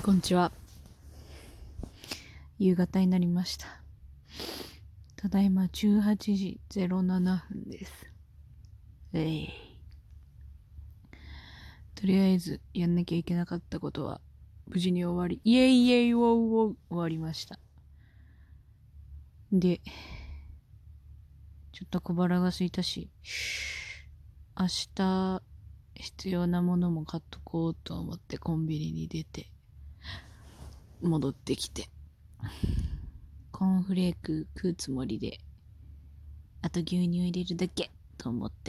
こんにちは。夕方になりました。ただいま18時07分です。とりあえずやんなきゃいけなかったことは無事に終わり、イエイイエイウォーウォー終わりました。で、ちょっと小腹が空いたし、明日必要なものも買っとこうと思ってコンビニに出て、戻ってきて、コーンフレーク食うつもりで、あと牛乳入れるだけと思って、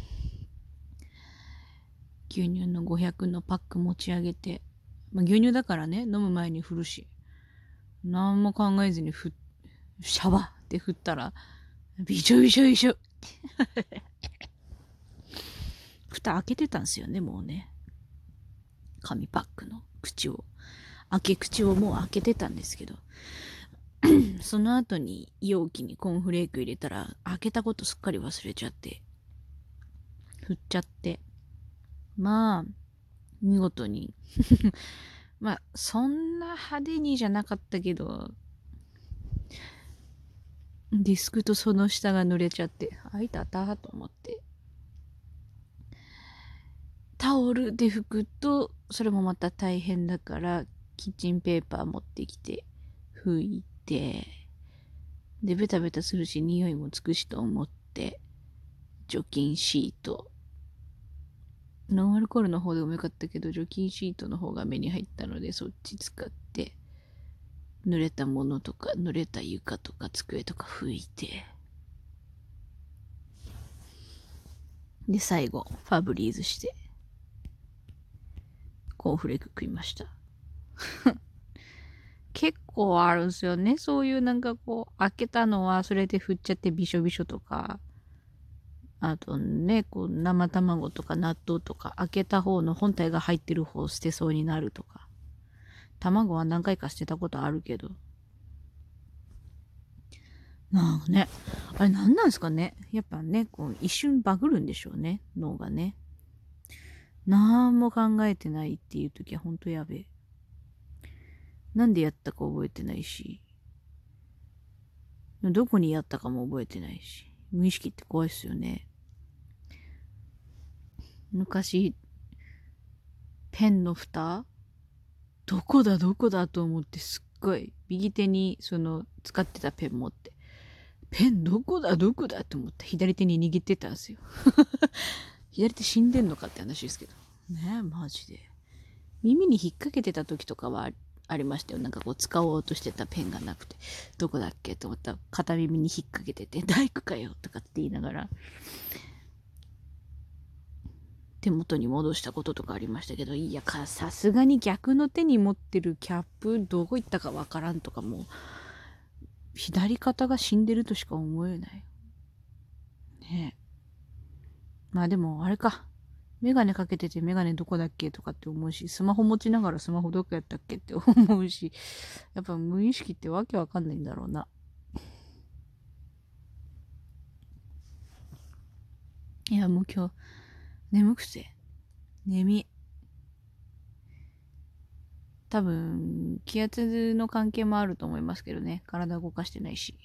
牛乳の500のパック持ち上げて、牛乳だからね、飲む前に振るし、何も考えずにシャワーって振ったら、びしょびしょびしょ。蓋開けてたんですよね、もうね。紙パックの口を。開け口をもう開けてたんですけど、その後に容器にコーンフレーク入れたら、開けたことすっかり忘れちゃって、振っちゃって、まあ、見事にそんな派手にじゃなかったけど、ディスクとその下が濡れちゃって、あいたたと思って。タオルで拭くと、それもまた大変だから、キッチンペーパー持ってきて、拭いて、で、ベタベタするし、匂いもつくしと思って、除菌シート。ノンアルコールの方でもよかったけど、除菌シートの方が目に入ったので、そっち使って、濡れたものとか、濡れた床とか机とか拭いて、で、最後、ファブリーズして、コーンフレーク食いました。結構あるんすよね。そういう開けたのはそれで振っちゃってびしょびしょとか、あとね、生卵とか納豆とか、開けた方の本体が入ってる方を捨てそうになるとか。卵は何回か捨てたことあるけど。なんかね、あれ何なんすかね。やっぱね、一瞬バグるんでしょうね、脳がね。なんも考えてないっていう時はほんとやべえ。なんでやったか覚えてないし、どこにやったかも覚えてないし、無意識って怖いっすよね。昔、ペンの蓋どこだどこだと思ってすっごい、右手に使ってたペン持って、ペンどこだどこだと思って左手に握ってたんですよ。左手死んでんのかって話ですけど。ねえ、マジで。耳に引っ掛けてた時とかはありましたよ。使おうとしてたペンがなくて、どこだっけと思ったら片耳に引っ掛けてて、大工かよとかって言いながら、手元に戻したこととかありましたけど、いや、さすがに逆の手に持ってるキャップ、どこ行ったかわからんとかもう、左肩が死んでるとしか思えない。ねえ。でも、あれか。メガネかけててメガネどこだっけとかって思うし、スマホ持ちながらスマホどこやったっけって思うし、やっぱ無意識ってわけわかんないんだろうな。いや、もう今日、眠くて、眠い。多分、気圧の関係もあると思いますけどね。体動かしてないし。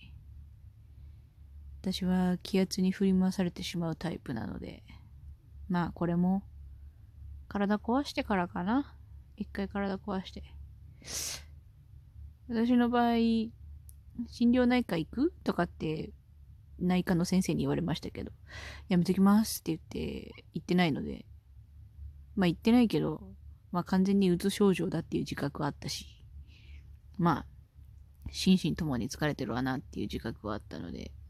私は気圧に振り回されてしまうタイプなので、これも、体壊してからかな。一回体壊して。私の場合、心療内科行くとかって内科の先生に言われましたけど、やめときますって言ってないので、言ってないけど、完全にうつ症状だっていう自覚はあったし、心身ともに疲れてるわなっていう自覚はあったので、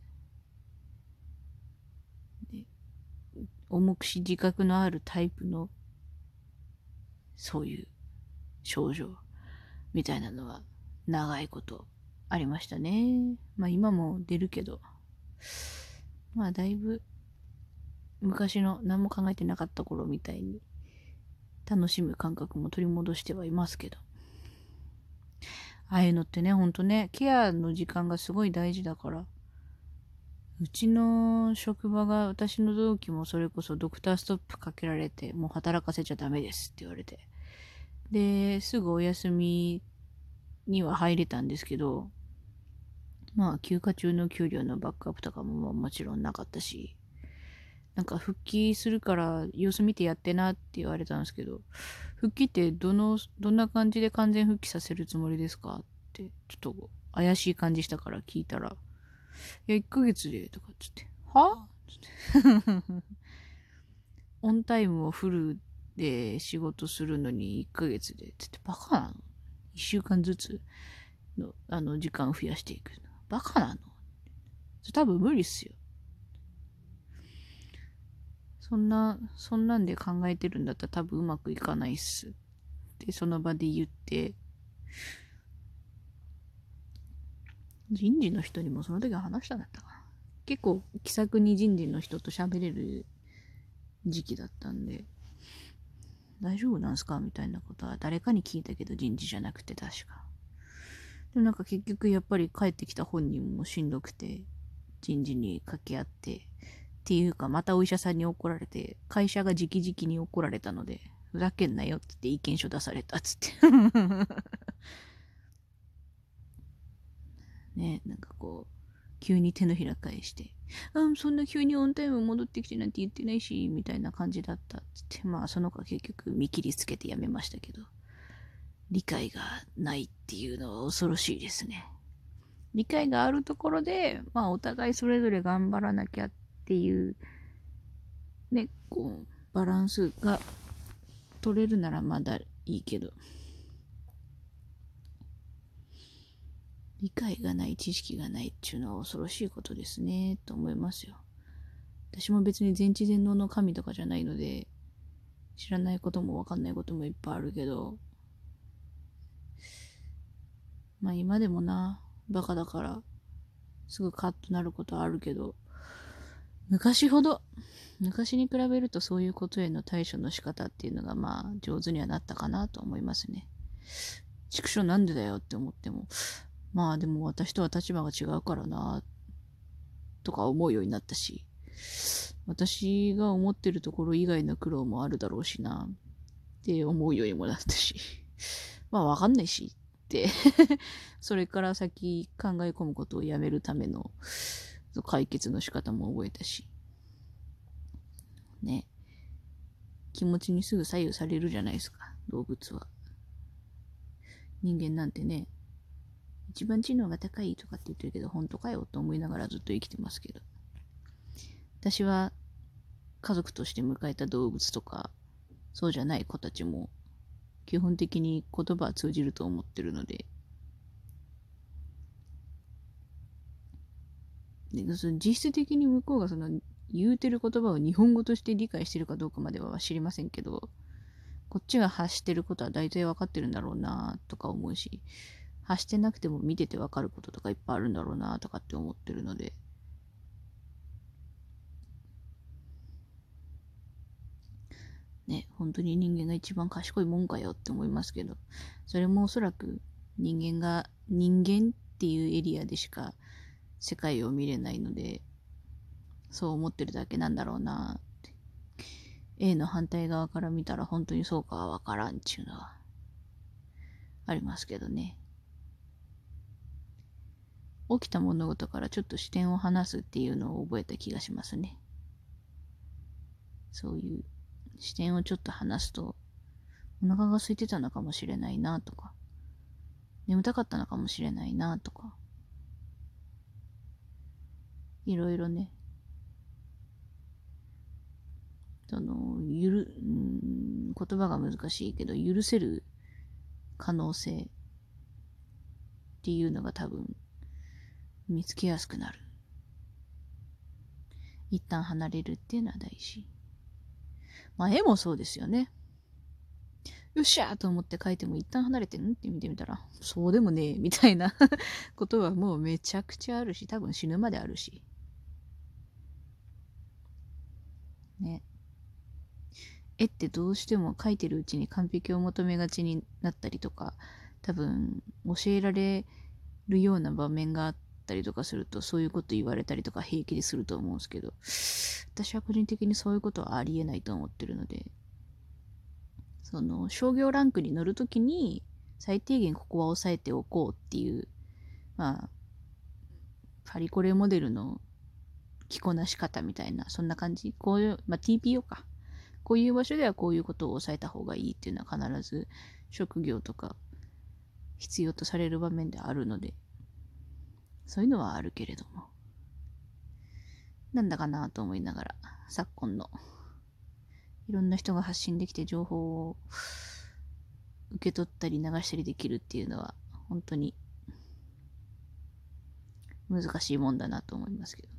重くし自覚のあるタイプの、そういう症状みたいなのは長いことありましたね。今も出るけど、だいぶ昔の何も考えてなかった頃みたいに楽しむ感覚も取り戻してはいますけど。ああいうのってね、ほんとね、ケアの時間がすごい大事だから。うちの職場が、私の同期もそれこそドクターストップかけられて、もう働かせちゃダメですって言われて。 で、すぐお休みには入れたんですけど、まあ休暇中の給料のバックアップとかももちろんなかったし、なんか復帰するから様子見てやってなって言われたんですけど、復帰ってどんな感じで完全復帰させるつもりですかって、ちょっと怪しい感じしたから聞いたら、いや、1ヶ月で、とかっつって、はオンタイムをフルで仕事するのに1ヶ月で、つってバカなの？ 1 週間ずつの、時間を増やしていく。バカなの？多分無理っすよ。そんなんで考えてるんだったら多分うまくいかないっす。ってその場で言って、人事の人にもその時は話したんだったかな。結構気さくに人事の人と喋れる時期だったんで、大丈夫なんすかみたいなことは誰かに聞いたけど、人事じゃなくて確か。でもなんか結局やっぱり帰ってきた本人もしんどくて、人事に掛け合って、っていうかまたお医者さんに怒られて、会社が直々に怒られたので、ふざけんなよって言って意見書出されたっつって。ね、なんかこう、急に手のひら返して、そんな急にオンタイム戻ってきてなんて言ってないし、みたいな感じだったっつって、まあその子は結局見切りつけてやめましたけど、理解がないっていうのは恐ろしいですね。理解があるところで、まあお互いそれぞれ頑張らなきゃっていう、ね、こう、バランスが取れるならまだいいけど、理解がない、知識がないっていうのは恐ろしいことですね、と思いますよ。私も別に全知全能の神とかじゃないので、知らないこともわかんないこともいっぱいあるけど、まあ今でもな、バカだから、すぐカッとなることはあるけど、昔に比べるとそういうことへの対処の仕方っていうのがまあ上手にはなったかなと思いますね。畜生なんでだよって思っても、まあでも私とは立場が違うからな、とか思うようになったし、私が思ってるところ以外の苦労もあるだろうしな、って思うようにもなったし、まあわかんないしってそれから先考え込むことをやめるための解決の仕方も覚えたし、ね。気持ちにすぐ左右されるじゃないですか、動物は。人間なんてね、一番知能が高いとかって言ってるけど、本当かよと思いながらずっと生きてますけど。私は家族として迎えた動物とか、そうじゃない子たちも、基本的に言葉は通じると思ってるので、実質的に向こうがその言うてる言葉を日本語として理解してるかどうかまでは知りませんけど、こっちが発してることは大体分かってるんだろうなとか思うし、発してなくても見てて分かることとかいっぱいあるんだろうなとかって思ってるので、ね、本当に人間が一番賢いもんかよって思いますけど、それもおそらく人間っていうエリアでしか世界を見れないので、そう思ってるだけなんだろうなって。A の反対側から見たら本当にそうかはわからんっていうのはありますけどね。起きた物事からちょっと視点を離すっていうのを覚えた気がしますね。そういう視点をちょっと離すと、お腹が空いてたのかもしれないなとか、眠たかったのかもしれないなとか、いろいろね、言葉が難しいけど、許せる可能性っていうのが多分見つけやすくなる。一旦離れるっていうのは大事。まあ絵もそうですよね。よっしゃーと思って描いても一旦離れてんって見てみたら、そうでもねえみたいなことはもうめちゃくちゃあるし、多分死ぬまであるし。ね。絵ってどうしても描いてるうちに完璧を求めがちになったりとか、多分教えられるような場面があったりとかすると、そういうこと言われたりとか平気ですると思うんですけど、私は個人的にそういうことはありえないと思ってるので、 その商業ランクに乗るときに最低限ここは押さえておこうっていう、まあ、パリコレモデルの着こなし方みたいな、そんな感じ。こういう、まあ、TPO か。こういう場所ではこういうことを抑えた方がいいっていうのは必ず職業とか必要とされる場面であるので、そういうのはあるけれども。なんだかなと思いながら、昨今のいろんな人が発信できて情報を受け取ったり流したりできるっていうのは本当に難しいもんだなと思いますけど。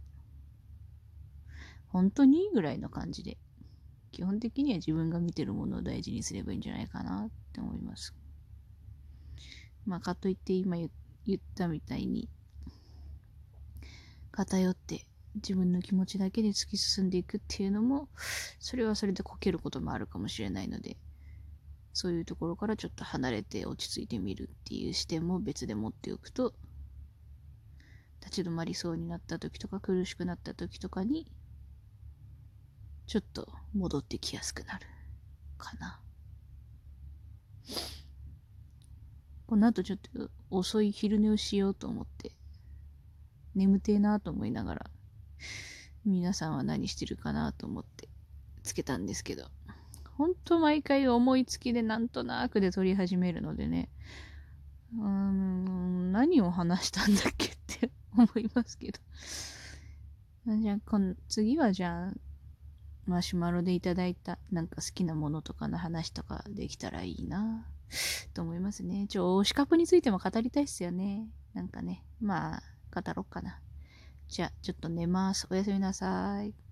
本当にぐらいの感じで、基本的には自分が見てるものを大事にすればいいんじゃないかなって思います。まあ、かといって今言ったみたいに、偏って自分の気持ちだけで突き進んでいくっていうのも、それはそれでこけることもあるかもしれないので、そういうところからちょっと離れて落ち着いてみるっていう視点も別で持っておくと、立ち止まりそうになった時とか苦しくなった時とかに、ちょっと戻ってきやすくなるかな。この後ちょっと遅い昼寝をしようと思って、眠てえなと思いながら、皆さんは何してるかなと思ってつけたんですけど、ほんと毎回思いつきでなんとなくで撮り始めるのでね、何を話したんだっけって思いますけど。じゃあ次はじゃあ、マシュマロでいただいたなんか好きなものとかの話とかできたらいいなと思いますね。推しカプについても語りたいっすよね。なんかね、まあ、語ろっかな。じゃあ、ちょっと寝ます。おやすみなさい。